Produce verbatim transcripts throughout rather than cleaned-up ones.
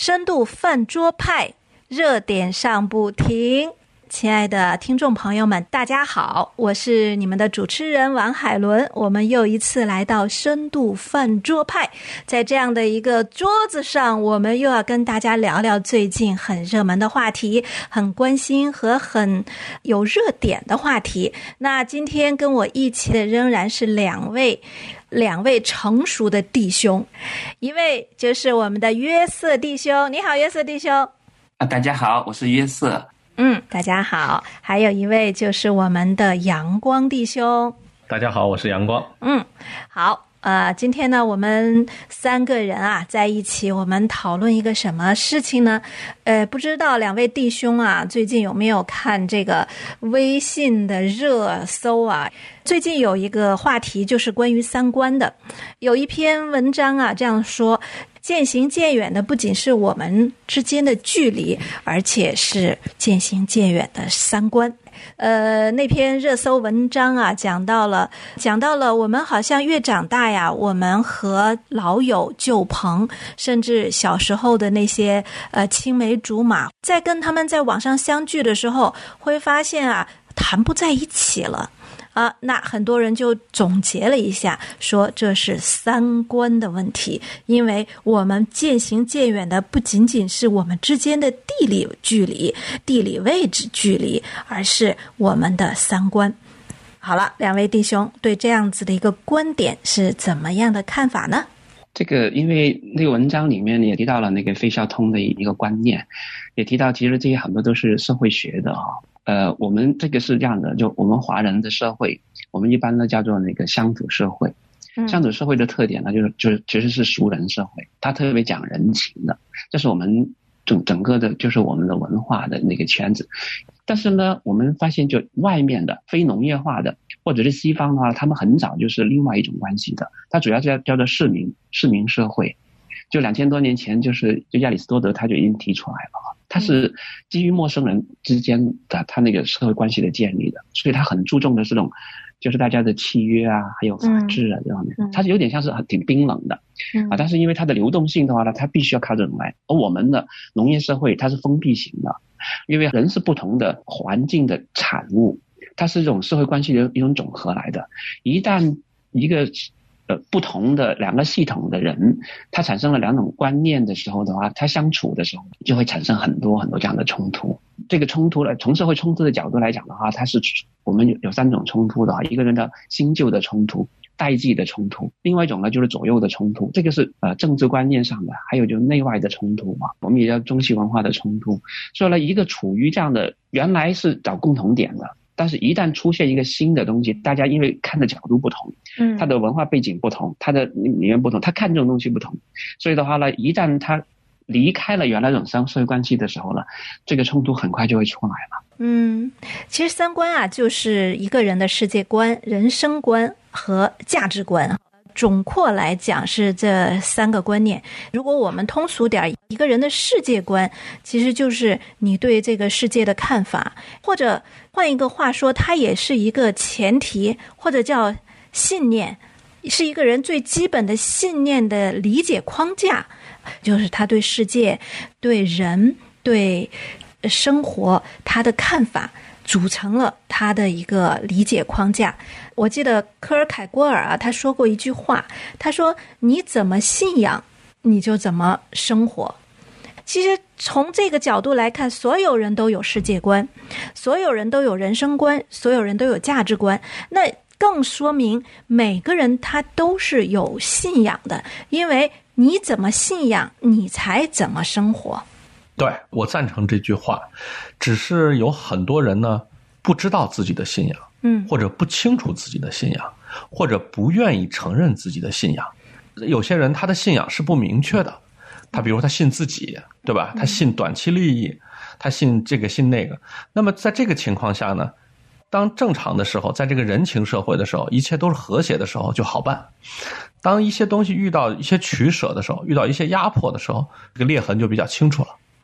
深度饭桌派，热点上不停。亲爱的听众朋友们，大家好，我是你们的主持人王海伦。我们又一次来到深度饭桌派，在这样的一个桌子上，我们又要跟大家聊聊最近很热门的话题，很关心和很有热点的话题。那今天跟我一起的仍然是两位两位成熟的弟兄，一位就是我们的约瑟弟兄。你好，约瑟弟兄。 啊，大家好，我是约瑟。 嗯，大家好。还有一位就是我们的阳光弟兄。 大家好，我是阳光。 嗯，好。呃，今天呢，我们三个人啊在一起，我们讨论一个什么事情呢？呃，不知道两位弟兄啊，最近有没有看这个微信的热搜啊？最近有一个话题就是关于三观的，有一篇文章啊这样说。渐行渐远的不仅是我们之间的距离，而且是渐行渐远的三观。呃，那篇热搜文章啊，讲到了，讲到了我们好像越长大呀，我们和老友旧朋，甚至小时候的那些呃青梅竹马，在跟他们在网上相聚的时候，会发现啊，谈不在一起了。啊，那很多人就总结了一下，说这是三观的问题，因为我们渐行渐远的不仅仅是我们之间的地理距离、地理位置距离，而是我们的三观。好了，两位弟兄对这样子的一个观点是怎么样的看法呢？ 这个因为那个文章里面也提到了那个费孝通的一个观念，也提到其实这些很多都是社会学的啊、哦。呃，我们这个是这样的，就我们华人的社会，我们一般呢叫做那个乡土社会。乡土社会的特点呢，就是就是其实是熟人社会，它特别讲人情的，这是我们整整个的，就是我们的文化的那个圈子。但是呢，我们发现就外面的非农业化的，或者是西方的话，他们很早就是另外一种关系的，它主要叫叫做市民市民社会。就两千多年前，就是就亚里士多德他就已经提出来了，他是基于陌生人之间的他那个社会关系的建立的，所以他很注重的这种就是大家的契约啊，还有法治啊这方面，他是有点像是很挺冰冷的啊，但是因为它的流动性的话呢，它必须要靠这种来。而我们的农业社会它是封闭型的，因为人是不同的环境的产物，它是这种社会关系的一种总和来的。一旦一个呃，不同的两个系统的人，他产生了两种观念的时候的话，他相处的时候就会产生很多很多这样的冲突。这个冲突呢，从社会冲突的角度来讲的话，它是我们有有三种冲突的话，一个人的新旧的冲突、代际的冲突，另外一种呢就是左右的冲突，这个是呃政治观念上的，还有就是内外的冲突嘛，我们也叫中西文化的冲突。所以呢，一个处于这样的原来是找共同点的。但是一旦出现一个新的东西，大家因为看的角度不同，嗯，他的文化背景不同，他的语言不同，他看这种东西不同，所以的话呢，一旦他离开了原来这种社会关系的时候呢，这个冲突很快就会出来了。 嗯，其实三观啊，就是一个人的世界观、人生观和价值观。总括来讲是这三个观念。如果我们通俗点，一个人的世界观其实就是你对这个世界的看法，或者换一个话说，它也是一个前提，或者叫信念，是一个人最基本的信念的理解框架，就是他对世界、对人、对生活他的看法，组成了他的一个理解框架。我记得科尔凯郭尔啊，他说过一句话，他说你怎么信仰你就怎么生活。其实从这个角度来看，所有人都有世界观，所有人都有人生观，所有人都有价值观，那更说明每个人他都是有信仰的，因为你怎么信仰你才怎么生活。 对，我赞成这句话，只是有很多人呢不知道自己的信仰，嗯，或者不清楚自己的信仰，或者不愿意承认自己的信仰。有些人他的信仰是不明确的，他比如他信自己，对吧？他信短期利益，他信这个信那个。那么在这个情况下呢，当正常的时候，在这个人情社会的时候，一切都是和谐的时候就好办。当一些东西遇到一些取舍的时候，遇到一些压迫的时候，这个裂痕就比较清楚了。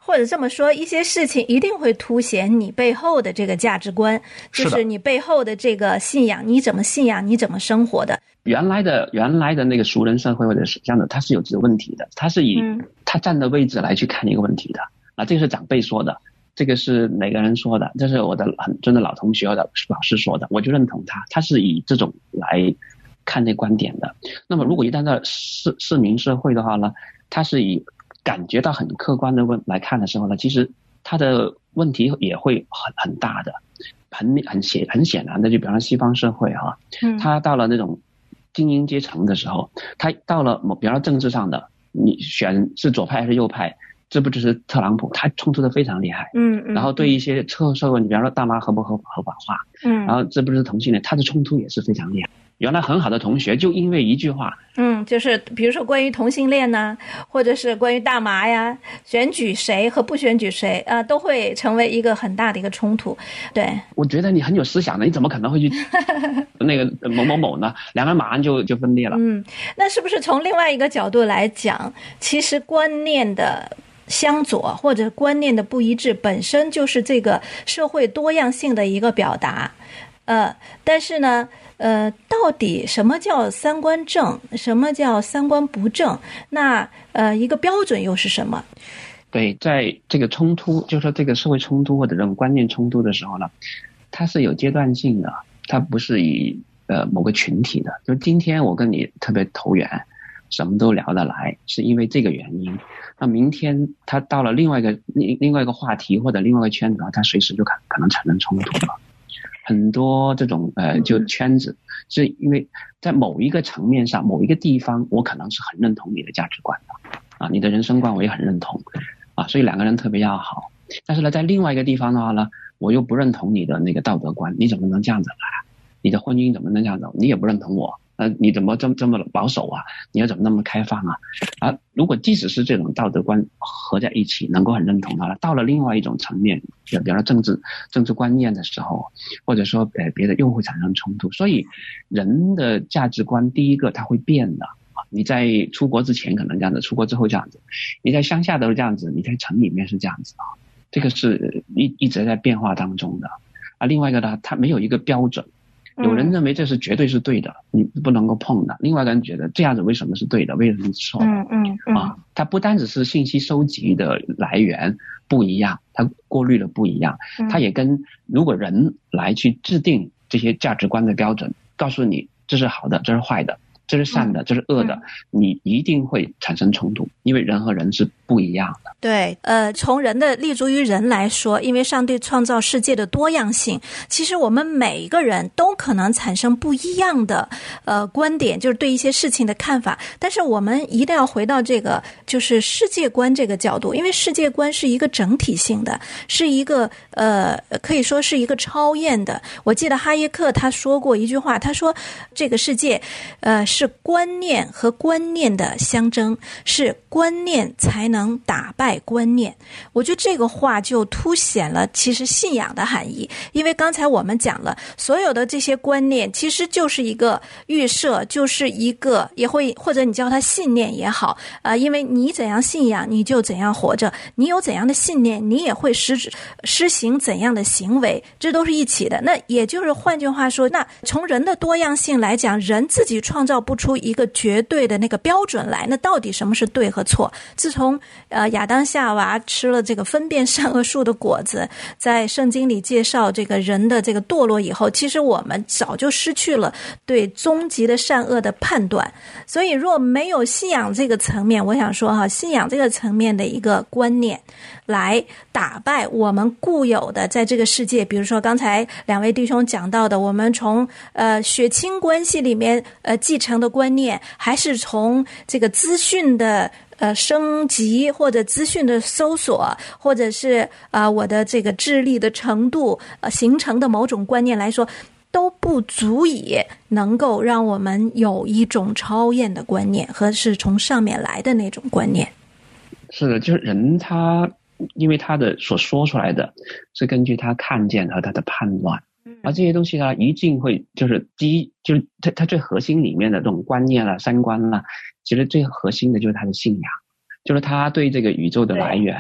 或者这么说，一些事情一定会凸显你背后的这个价值观，就是你背后的这个信仰，你怎么信仰，你怎么生活的。 原来的原来的那个熟人社会或者是这样的，它是有这个问题的，它是以他站的位置来去看一个问题的、嗯、啊，这个是长辈说的，这个是哪个人说的，这是我的很真的老同学的老师说的，我就认同他，他是以这种来看这观点的。那么如果一旦到市市民社会的话呢，他是以感觉到很客观的问来看的时候呢，其实他的问题也会很很大的，很很显很显然的，就比方说西方社会啊，他到了那种精英阶层的时候，他到了某比方说政治上的，你选是左派还是右派，这不就是特朗普，他冲突的非常厉害， 嗯嗯， 然后对一些社社会，你比方说大麻合不合合法化，嗯，然后这不是同性恋，他的冲突也是非常厉害。原来很好的同学就因为一句话， 嗯，就是比如说关于同性恋呢，或者是关于大麻呀，选举谁和不选举谁啊、呃，都会成为一个很大的一个冲突。对， 我觉得你很有思想的，你怎么可能会去那个某某某呢？两个人马上就就分裂了。 嗯，那是不是从另外一个角度来讲，其实观念的相左或者观念的不一致，本身就是这个社会多样性的一个表达。呃，但是呢，呃，到底什么叫三观正，什么叫三观不正？那呃，一个标准又是什么？ 对，在这个冲突，就是说这个社会冲突或者这种观念冲突的时候呢，它是有阶段性的，它不是以呃某个群体的。就今天我跟你特别投缘，什么都聊得来，是因为这个原因。那明天他到了另外一个另另外一个话题或者另外一个圈子，他随时就可可能产生冲突了。很多这种呃就圈子，是因为在某一个层面上某一个地方，我可能是很认同你的价值观的啊，你的人生观我也很认同啊，所以两个人特别要好。但是呢，在另外一个地方的话呢，我又不认同你的那个道德观，你怎么能这样子来？你的婚姻怎么能这样子？你也不认同我，呃，你怎么这么这么保守啊？你要怎么那么开放啊？啊，如果即使是这种道德观合在一起，能够很认同它了，到了另外一种层面，比如说政治政治观念的时候，或者说呃别的，又会产生冲突。所以人的价值观，第一个它会变的。你在出国之前可能这样子，出国之后这样子，你在乡下都是这样子，你在城里面是这样子啊，这个是一一直在变化当中的啊。另外一个呢，它没有一个标准。有人认为这是绝对是对的，你不能够碰的。另外一个人觉得这样子为什么是对的，为什么是错的？ 嗯嗯嗯啊，它不单只是信息收集的来源不一样，它过滤的不一样，它也跟如果人来去制定这些价值观的标准，告诉你这是好的，这是坏的，这是善的，这是恶的，嗯、你一定会产生冲突，因为人和人是不一样的。 对，呃，从人的立足于人来说，因为上帝创造世界的多样性，其实我们每一个人都可能产生不一样的呃观点，就是对一些事情的看法。但是我们一定要回到这个就是世界观这个角度，因为世界观是一个整体性的，是一个呃可以说是一个超验的。我记得哈耶克他说过一句话，他说这个世界呃是观念和观念的相争，是观念才能打败观念。我觉得这个话就凸显了其实信仰的含义，因为刚才我们讲了所有的这些观念其实就是一个预设，就是一个也会或者你叫它信念也好啊、呃，因为你怎样信仰你就怎样活着，你有怎样的信念你也会施施行怎样的行为，这都是一起的。那也就是换句话说，那从人的多样性来讲，人自己创造不出一个绝对的那个标准来，那到底什么是对和错？自从呃亚当夏娃吃了这个分辨善恶树的果子，在圣经里介绍这个人的这个堕落以后，其实我们早就失去了对终极的善恶的判断。所以若没有信仰这个层面，我想说哈，信仰这个层面的一个观念来打败我们固有的在这个世界，比如说刚才两位弟兄讲到的，我们从呃血亲关系里面呃继承的观念，还是从这个资讯的呃升级或者资讯的搜索，或者是啊、呃、我的这个智力的程度呃形成的某种观念来说，都不足以能够让我们有一种超验的观念和是从上面来的那种观念。 是的，就是人他因为他的所说出来的是根据他看见和他的判断，而这些东西呢，一定会就是第一，就是他他最核心里面的这种观念啦、三观啦，其实最核心的就是他的信仰，就是他对这个宇宙的来源，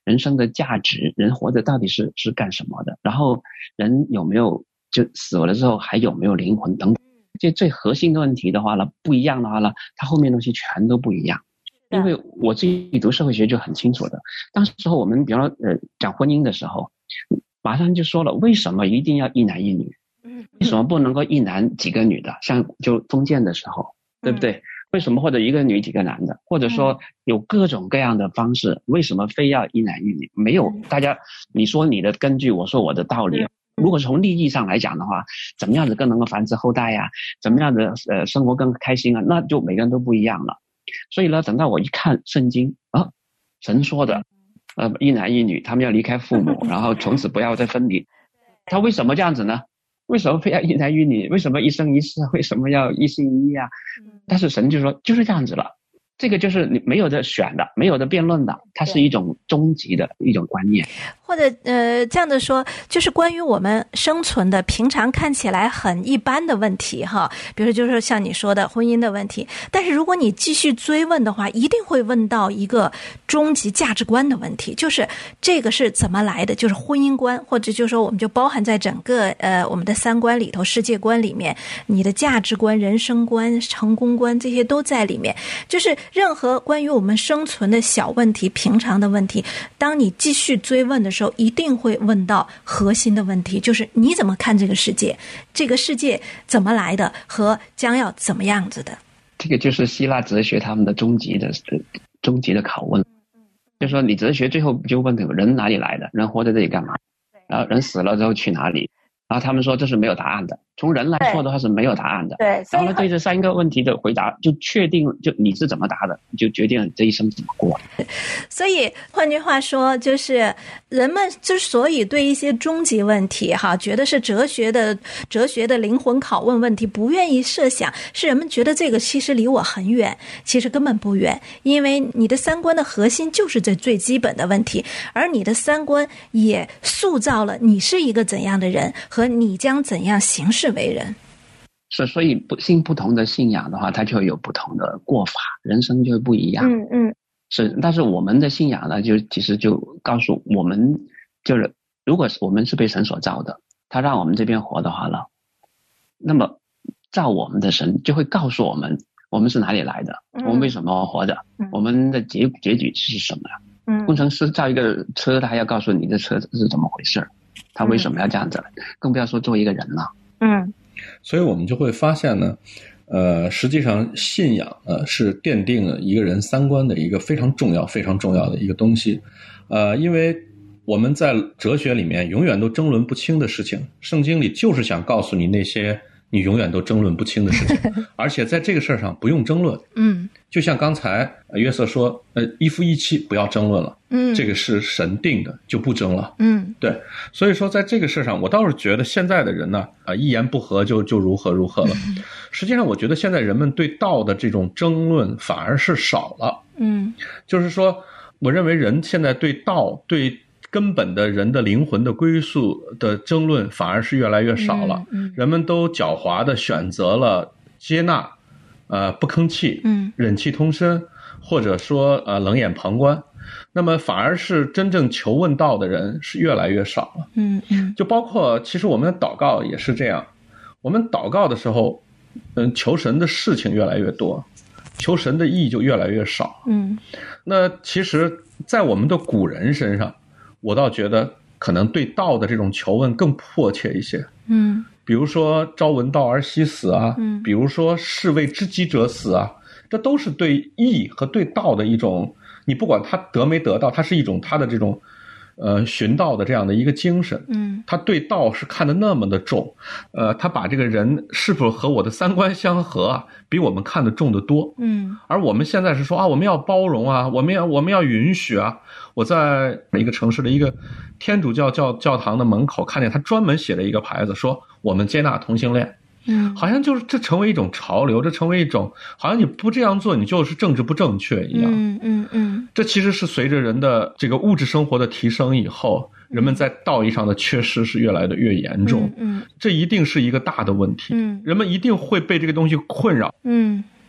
人生的价值，人活着到底是是干什么的，然后人有没有就死了之后还有没有灵魂等等，这最核心的问题的话呢，不一样的话呢，它后面东西全都不一样。因为我自己读社会学就很清楚的，当时候我们比方说呃讲婚姻的时候，马上就说了为什么一定要一男一女，为什么不能够一男几个女的，像就封建的时候，对不对？为什么或者一个女几个男的，或者说有各种各样的方式，为什么非要一男一女？没有，大家你说你的根据，我说我的道理。如果从利益上来讲的话，怎么样子更能够繁殖后代呀、啊？怎么样子呃生活更开心啊？那就每个人都不一样了。所以呢，等到我一看圣经啊，神说的，呃，一男一女，他们要离开父母，然后从此不要再分离。他为什么这样子呢？为什么非要一男一女？为什么一生一世？为什么要一心一意啊？但是神就说就是这样子了。这个就是你没有的选的，没有的辩论的，它是一种终极的一种观念。 或者呃，这样的说，就是关于我们生存的平常看起来很一般的问题哈，比如就是像你说的婚姻的问题，但是如果你继续追问的话，一定会问到一个终极价值观的问题，就是这个是怎么来的，就是婚姻观，或者就是说我们就包含在整个呃我们的三观里头，世界观里面，你的价值观、人生观、成功观这些都在里面，就是任何关于我们生存的小问题、平常的问题，当你继续追问的时候，一定会问到核心的问题，就是你怎么看这个世界，这个世界怎么来的和将要怎么样子的。 这个就是希腊哲学他们的终极的终极的拷问，就是说你哲学最后就问人哪里来的，人活在这里干嘛，然后人死了之后去哪里，然后他们说这是没有答案的，从人来说的话是没有答案的。 对， 然后呢，对这三个问题的回答就确定，就你是怎么答的，就决定了这一生怎么过。 所以换句话说，就是人们之所以对一些终极问题哈，觉得是哲学的哲学的灵魂拷问问题不愿意设想，是人们觉得这个其实离我很远，其实根本不远，因为你的三观的核心就是这最基本的问题，而你的三观也塑造了你是一个怎样的人和你将怎样行事为人。 是，所以不信不同的信仰的话，它就会有不同的过法，人生就会不一样。 嗯嗯， 是，但是我们的信仰呢，就其实就告诉我们，就是如果我们是被神所造的，他让我们这边活的话呢，那么造我们的神就会告诉我们，我们是哪里来的，嗯、我们为什么活着，嗯、我们的结结局是什么呀？嗯，工程师造一个车，他还要告诉你这车是怎么回事，他为什么要这样子，嗯、更不要说做一个人了。嗯。 所以我们就会发现呢，呃，实际上信仰呃是奠定了一个人三观的一个非常重要、非常重要的一个东西，呃，因为我们在哲学里面永远都争论不清的事情，圣经里就是想告诉你那些你永远都争论不清的事情，而且在这个事儿上不用争论。嗯，就像刚才约瑟说，呃，一夫一妻不要争论了。嗯，这个是神定的，就不争了。嗯，对，所以说在这个事上，我倒是觉得现在的人呢，啊，一言不合就就如何如何了。实际上，我觉得现在人们对道的这种争论反而是少了。嗯，就是说，我认为人现在对道、对根本的人的灵魂的归宿的争论反而是越来越少了。嗯嗯、人们都狡猾地选择了接纳，呃，不吭气，嗯，忍气通身，或者说呃冷眼旁观。那么反而是真正求问道的人是越来越少了。嗯嗯，就包括其实我们的祷告也是这样，我们祷告的时候，嗯，求神的事情越来越多，求神的意就越来越少。嗯，那其实在我们的古人身上，我倒觉得可能对道的这种求问更迫切一些。嗯，比如说朝闻道而夕死啊，嗯，比如说士为知己者死啊，这都是对义和对道的一种，你不管他得没得到，他是一种他的这种呃寻道的这样的一个精神。嗯，他对道是看得那么的重，呃，他把这个人是否和我的三观相合啊，比我们看得重得多。嗯，而我们现在是说啊，我们要包容啊，我们要我们要允许啊。我在一个城市的一个天主教教教堂的门口看见他专门写了一个牌子，说我们接纳同性恋。嗯，好像就是这成为一种潮流，这成为一种好像你不这样做你就是政治不正确一样。嗯嗯嗯，这其实是随着人的这个物质生活的提升以后，人们在道义上的缺失是越来的越严重。嗯，这一定是一个大的问题。嗯，人们一定会被这个东西困扰。嗯。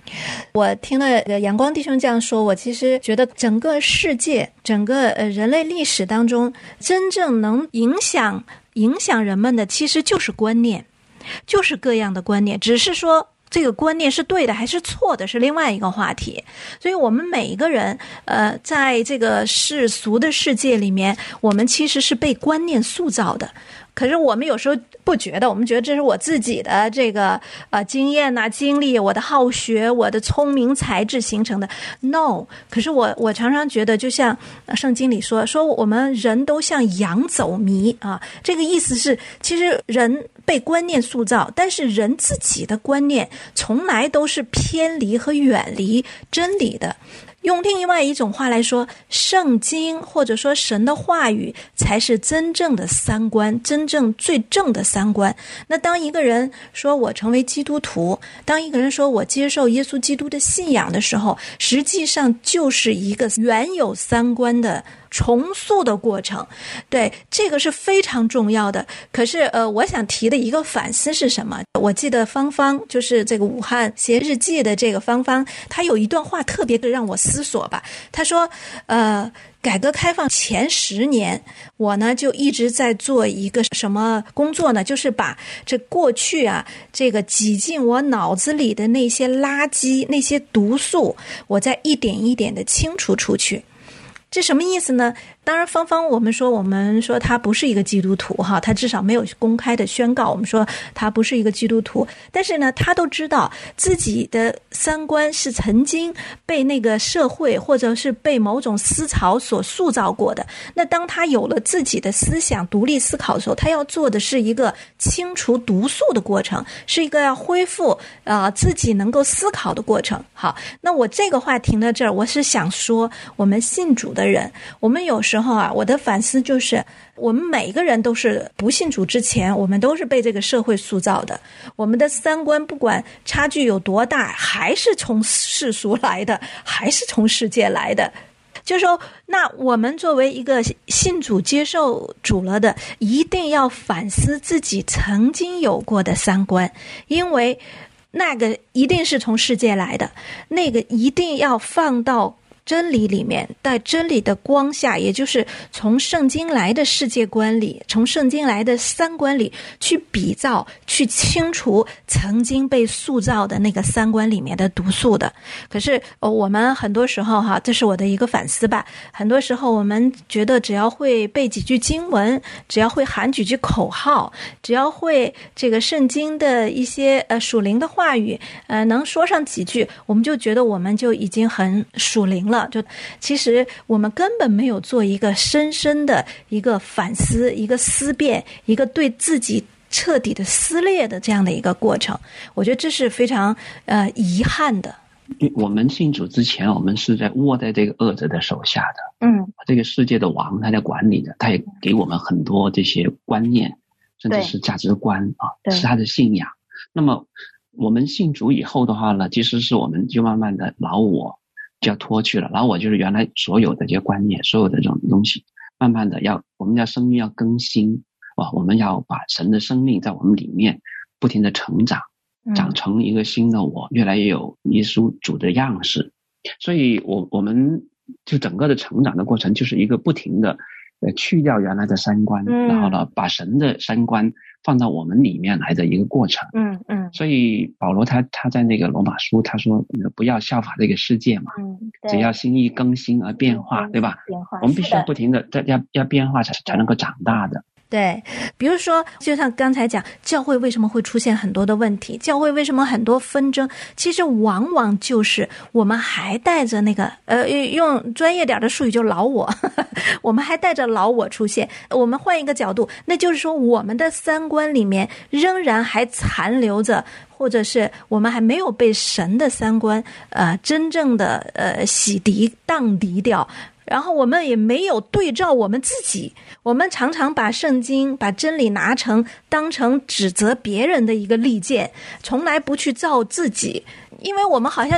我听了阳光弟兄这样说，我其实觉得整个世界整个呃人类历史当中真正能影响影响人们的其实就是观念，就是各样的观念，只是说这个观念是对的还是错的是另外一个话题。所以我们每一个人呃，在这个世俗的世界里面，我们其实是被观念塑造的。可是我们有时候不觉得，我们觉得这是我自己的这个呃经验啊、经历，我的好学、我的聪明才智形成的。No， 可是我我常常觉得，就像圣经里说，说我们人都像羊走迷啊，这个意思是，其实人被观念塑造，但是人自己的观念从来都是偏离和远离真理的。用另外一种话来说，圣经或者说神的话语才是真正的三观，真正最正的三观。那当一个人说我成为基督徒，当一个人说我接受耶稣基督的信仰的时候，实际上就是一个原有三观的重塑的过程。对，这个是非常重要的。可是呃，我想提的一个反思是什么？我记得芳芳，就是这个武汉写日记的这个芳芳，她有一段话特别的让我思索吧。她说呃改革开放前十年，我呢就一直在做一个什么工作呢？就是把这过去啊，这个挤进我脑子里的那些垃圾、那些毒素，我再一点一点的清除出去。这什么意思呢？当然芳芳我们说我们说他不是一个基督徒哈，他至少没有公开的宣告我们说他不是一个基督徒，但是呢他都知道自己的三观是曾经被那个社会或者是被某种思潮所塑造过的。那当他有了自己的思想独立思考的时候，他要做的是一个清除毒素的过程，是一个要恢复啊、呃、自己能够思考的过程。好，那我这个话停到这儿，我是想说我们信主的人，我们有时候啊，我的反思就是我们每个人都是不信主之前，我们都是被这个社会塑造的，我们的三观不管差距有多大，还是从世俗来的，还是从世界来的。就是说，那我们作为一个信主接受主了的，一定要反思自己曾经有过的三观，因为那个一定是从世界来的，那个一定要放到真理里面，在真理的光下，也就是从圣经来的世界观里，从圣经来的三观里去比照，去清除曾经被塑造的那个三观里面的毒素的。可是、哦、我们很多时候哈，这是我的一个反思吧，很多时候我们觉得只要会背几句经文，只要会喊几句口号，只要会这个圣经的一些呃属灵的话语，呃能说上几句，我们就觉得我们就已经很属灵了。就其实我们根本没有做一个深深的一个反思，一个思辨，一个对自己彻底的撕裂的这样的一个过程。我觉得这是非常呃遗憾的。 我们信主之前，我们是在握在这个恶者的手下的， 嗯， 这个世界的王他在管理的，他也给我们很多这些观念，甚至是价值观啊，是他的信仰。那么我们信主以后的话呢，其实是我们就慢慢的老我就要脱去了，然后我就是原来所有的这些观念，所有的这种东西，慢慢的要我们要生命要更新啊，我们要把神的生命在我们里面不停的成长，长成一个新的我，越来越有耶稣主的样式。所以我我们就整个的成长的过程就是一个不停的呃去掉原来的三观，嗯、然后呢把神的三观放到我们里面来的一个过程。 嗯嗯。 所以保罗他他在那个罗马书他说不要效法这个世界嘛， 嗯， 只要心意更新而变化，嗯、对吧？ 变化， 我们必须要不停的要要变化才才能够长大的。 对，比如说就像刚才讲，教会为什么会出现很多的问题，教会为什么很多纷争，其实往往就是我们还带着那个呃用专业点的术语就老我呵呵，我们还带着老我出现。我们换一个角度，那就是说我们的三观里面仍然还残留着，或者是我们还没有被神的三观呃真正的呃洗涤荡涤掉，然后我们也没有对照我们自己，我们常常把圣经把真理拿成当成指责别人的一个利剑，从来不去照自己，因为我们好像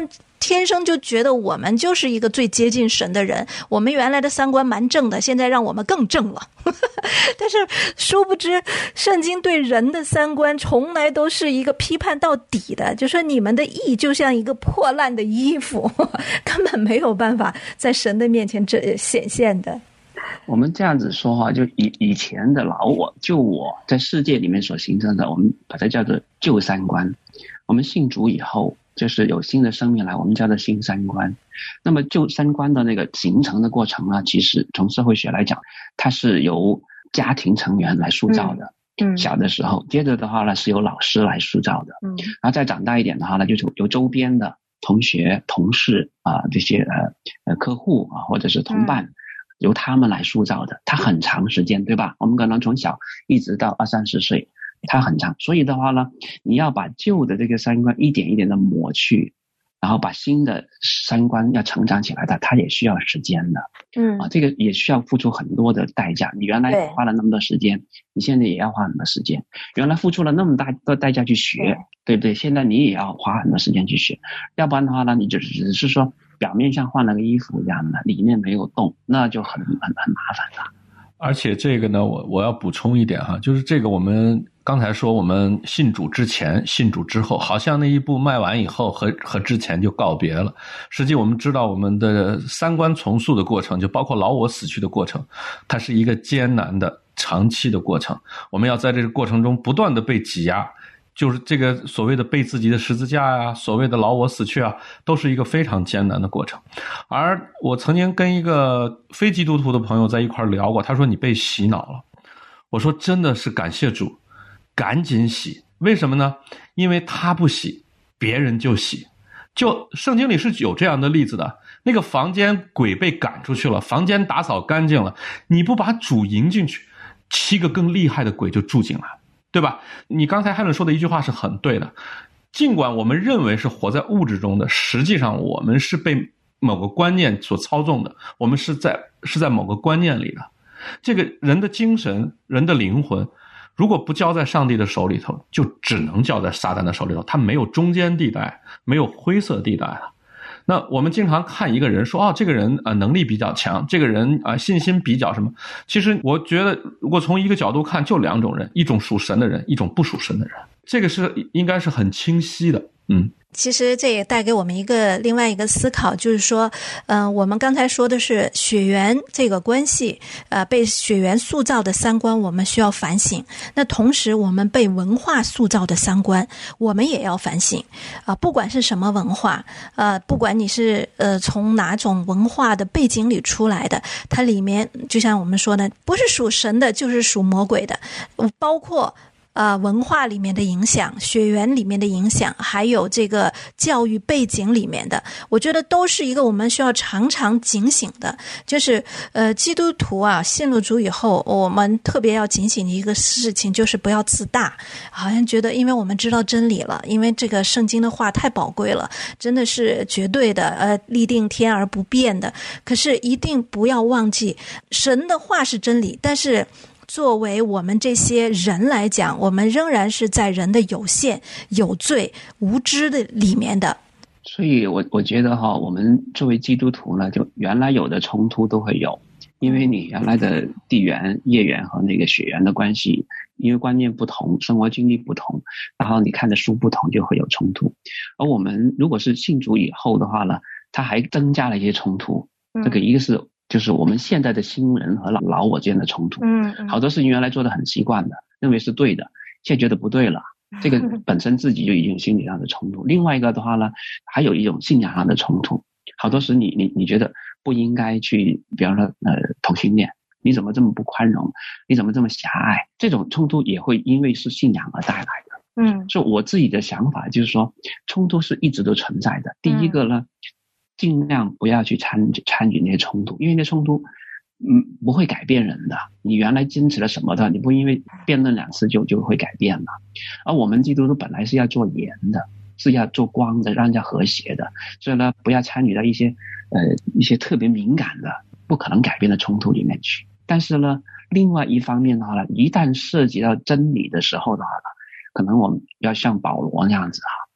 天生就觉得我们就是一个最接近神的人，我们原来的三观蛮正的，现在让我们更正了。但是殊不知圣经对人的三观从来都是一个批判到底的，就说你们的义就像一个破烂的衣服，根本没有办法在神的面前这显现的。 我们这样子说哈，就以以前的老我就我在世界里面所形成的，我们把它叫做旧三观。我们信主以后，就是有新的生命来，我们叫做新三观。那么旧三观的那个形成的过程呢，其实从社会学来讲，它是由家庭成员来塑造的。嗯，小的时候，接着的话呢是由老师来塑造的。嗯，然后再长大一点的话呢，就是由周边的同学、同事啊、呃、这些呃呃客户啊或者是同伴。嗯，由他们来塑造的，它很长时间，对吧？我们可能从小一直到二三十岁，它很长。所以的话呢，你要把旧的这个三观一点一点的抹去，然后把新的三观要成长起来的，它也需要时间的。嗯，啊，这个也需要付出很多的代价。你原来花了那么多时间，你现在也要花很多时间。原来付出了那么大的代价去学，对不对？现在你也要花很多时间去学，要不然的话呢，你就只是说表面上换了个衣服一样的，里面没有动，那就很很很麻烦了。 而且这个呢，我我要补充一点哈，就是这个我们刚才说我们信主之前、信主之后，好像那一步迈完以后和和之前就告别了。实际我们知道，我们的三观重塑的过程，就包括老我死去的过程，它是一个艰难的、长期的过程。我们要在这个过程中不断的被挤压。就是这个所谓的背自己的十字架啊，所谓的老我死去啊，都是一个非常艰难的过程。而我曾经跟一个非基督徒的朋友在一块聊过，他说你被洗脑了。我说真的是感谢主，赶紧洗。为什么呢？因为他不洗，别人就洗。就圣经里是有这样的例子的，那个房间鬼被赶出去了，房间打扫干净了，你不把主迎进去，七个更厉害的鬼就住进来，对吧？你刚才汉伦说的一句话是很对的，尽管我们认为是活在物质中的，实际上我们是被某个观念所操纵的，我们是在是在某个观念里的。这个人的精神、人的灵魂，如果不交在上帝的手里头，就只能交在撒旦的手里头，他没有中间地带，没有灰色地带了。那我们经常看一个人说，哦，这个人啊、呃、能力比较强，这个人啊、呃、信心比较什么。其实我觉得，如果从一个角度看，就两种人，一种属神的人，一种不属神的人，这个是应该是很清晰的。嗯。 其实这也带给我们一个另外一个思考，就是说，嗯、呃，我们刚才说的是血缘这个关系，呃，被血缘塑造的三观，我们需要反省。那同时，我们被文化塑造的三观，我们也要反省。啊、呃，不管是什么文化，呃，不管你是呃从哪种文化的背景里出来的，它里面就像我们说的，不是属神的，就是属魔鬼的，包括。呃，文化里面的影响，血缘里面的影响，还有这个教育背景里面的，我觉得都是一个我们需要常常警醒的。就是呃，基督徒啊，信了主以后，我们特别要警醒的一个事情，就是不要自大，好像觉得因为我们知道真理了，因为这个圣经的话太宝贵了，真的是绝对的，呃，立定天而不变的。可是一定不要忘记，神的话是真理，但是。作为我们这些人来讲，我们仍然是在人的有限、有罪、无知的里面的。 所以我我觉得哈，我们作为基督徒呢，就原来有的冲突都会有，因为你原来的地缘、业缘和那个血缘的关系，因为观念不同，生活经历不同，然后你看的书不同，就会有冲突。而我们如果是信主以后的话呢，它还增加了一些冲突。这个一个是。就是我们现在的新人和老老我之间的冲突，嗯，好多事情原来做的很习惯的，认为是对的，现在觉得不对了，这个本身自己就已经有心理上的冲突。另外一个的话呢，还有一种信仰上的冲突，好多时你你你觉得不应该去，比方说呃同性恋，你怎么这么不宽容，你怎么这么狭隘，这种冲突也会因为是信仰而带来的。嗯，所以我自己的想法就是说，冲突是一直都存在的。第一个呢。嗯尽量不要去参参与那些冲突，因为那冲突，嗯，不会改变人的。你原来坚持了什么的，你不因为辩论两次就就会改变了。而我们基督徒本来是要做盐的，是要做光的，让人家和谐的。所以呢，不要参与到一些呃一些特别敏感的、不可能改变的冲突里面去。但是呢，另外一方面的话呢，一旦涉及到真理的时候的话呢，可能我们要像保罗那样子哈。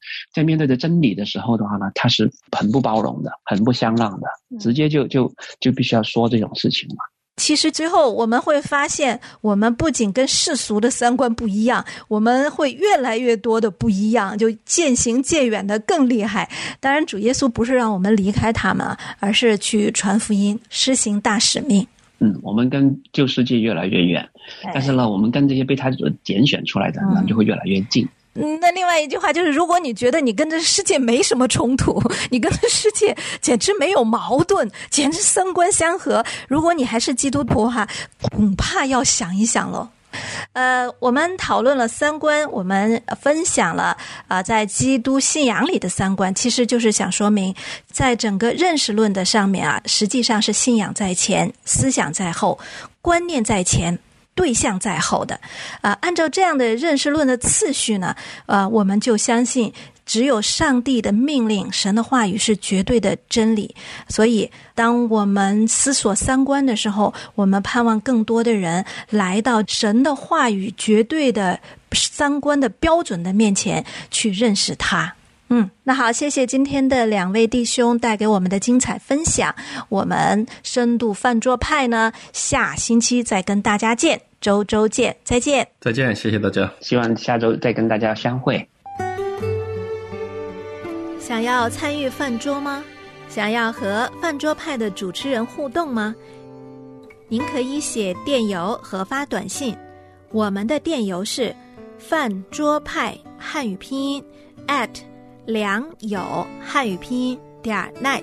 在面对着真理的时候的话呢，他是很不包容的，很不相让的，直接就就就必须要说这种事情嘛。 其实之后我们会发现，我们不仅跟世俗的三观不一样，我们会越来越多的不一样，就渐行渐远的更厉害。当然主耶稣不是让我们离开他们，而是去传福音，施行大使命。 嗯，我们跟旧世界越来越远，但是呢我们跟这些被他所拣选出来的人就会越来越近。 嗯，那另外一句话就是，如果你觉得你跟这世界没什么冲突，你跟这世界简直没有矛盾，简直三观相合，如果你还是基督徒的话，恐怕要想一想了。呃，我们讨论了三观，我们分享了啊、呃，在基督信仰里的三观，其实就是想说明，在整个认识论的上面啊，实际上是信仰在前，思想在后，观念在前，对象在后的。啊、呃，按照这样的认识论的次序呢，呃，我们就相信只有上帝的命令，神的话语是绝对的真理。所以当我们思索三观的时候，我们盼望更多的人来到神的话语绝对的三观的标准的面前去认识他。嗯，那好，谢谢今天的两位弟兄带给我们的精彩分享。我们深度饭桌派呢，下星期再跟大家见，周周见，再见， 再见，谢谢大家， 希望下周再跟大家相会。 想要参与饭桌吗？想要和饭桌派的主持人互动吗？您可以写电邮和发短信，我们的电邮是饭桌派汉语拼音 at 良友汉语拼音点 net。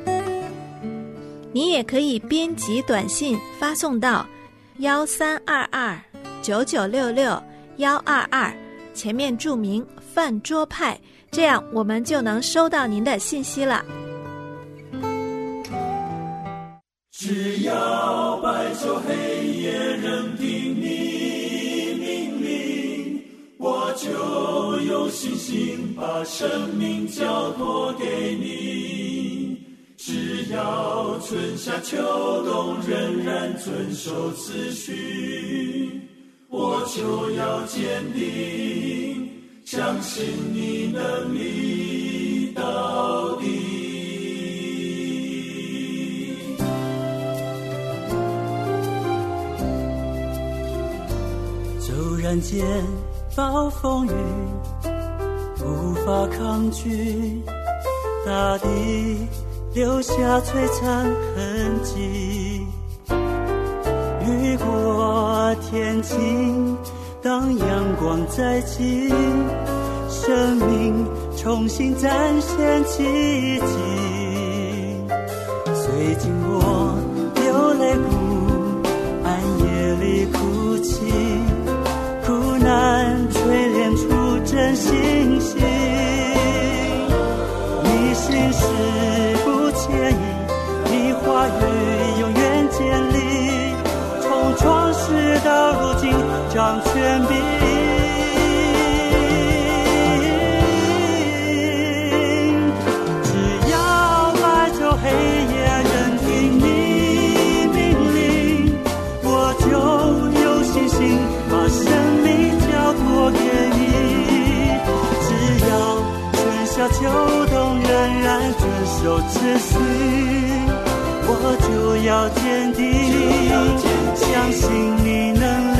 你也可以编辑短信发送到幺三二二九九六六幺二二，前面注明饭桌派，这样我们就能收到您的信息了。 只要白昼黑夜仍听你命令，我就有信心把生命交托给你。只要春夏秋冬仍然遵守次序，我就要坚定相信你能力到底。骤然间暴风雨无法抗拒，大地留下璀璨痕迹。雨过天晴，当阳光再起，生命重新展现奇迹。虽经过流泪谷，暗夜里哭泣，苦难锤炼出真信心。你心事不迁移，你话语永远坚立，从创世到如今掌权柄。只要白昼黑夜仍听你命令，我就有信心把生命交托给你。只要春夏秋冬仍然遵守秩序，我就要坚定相信你能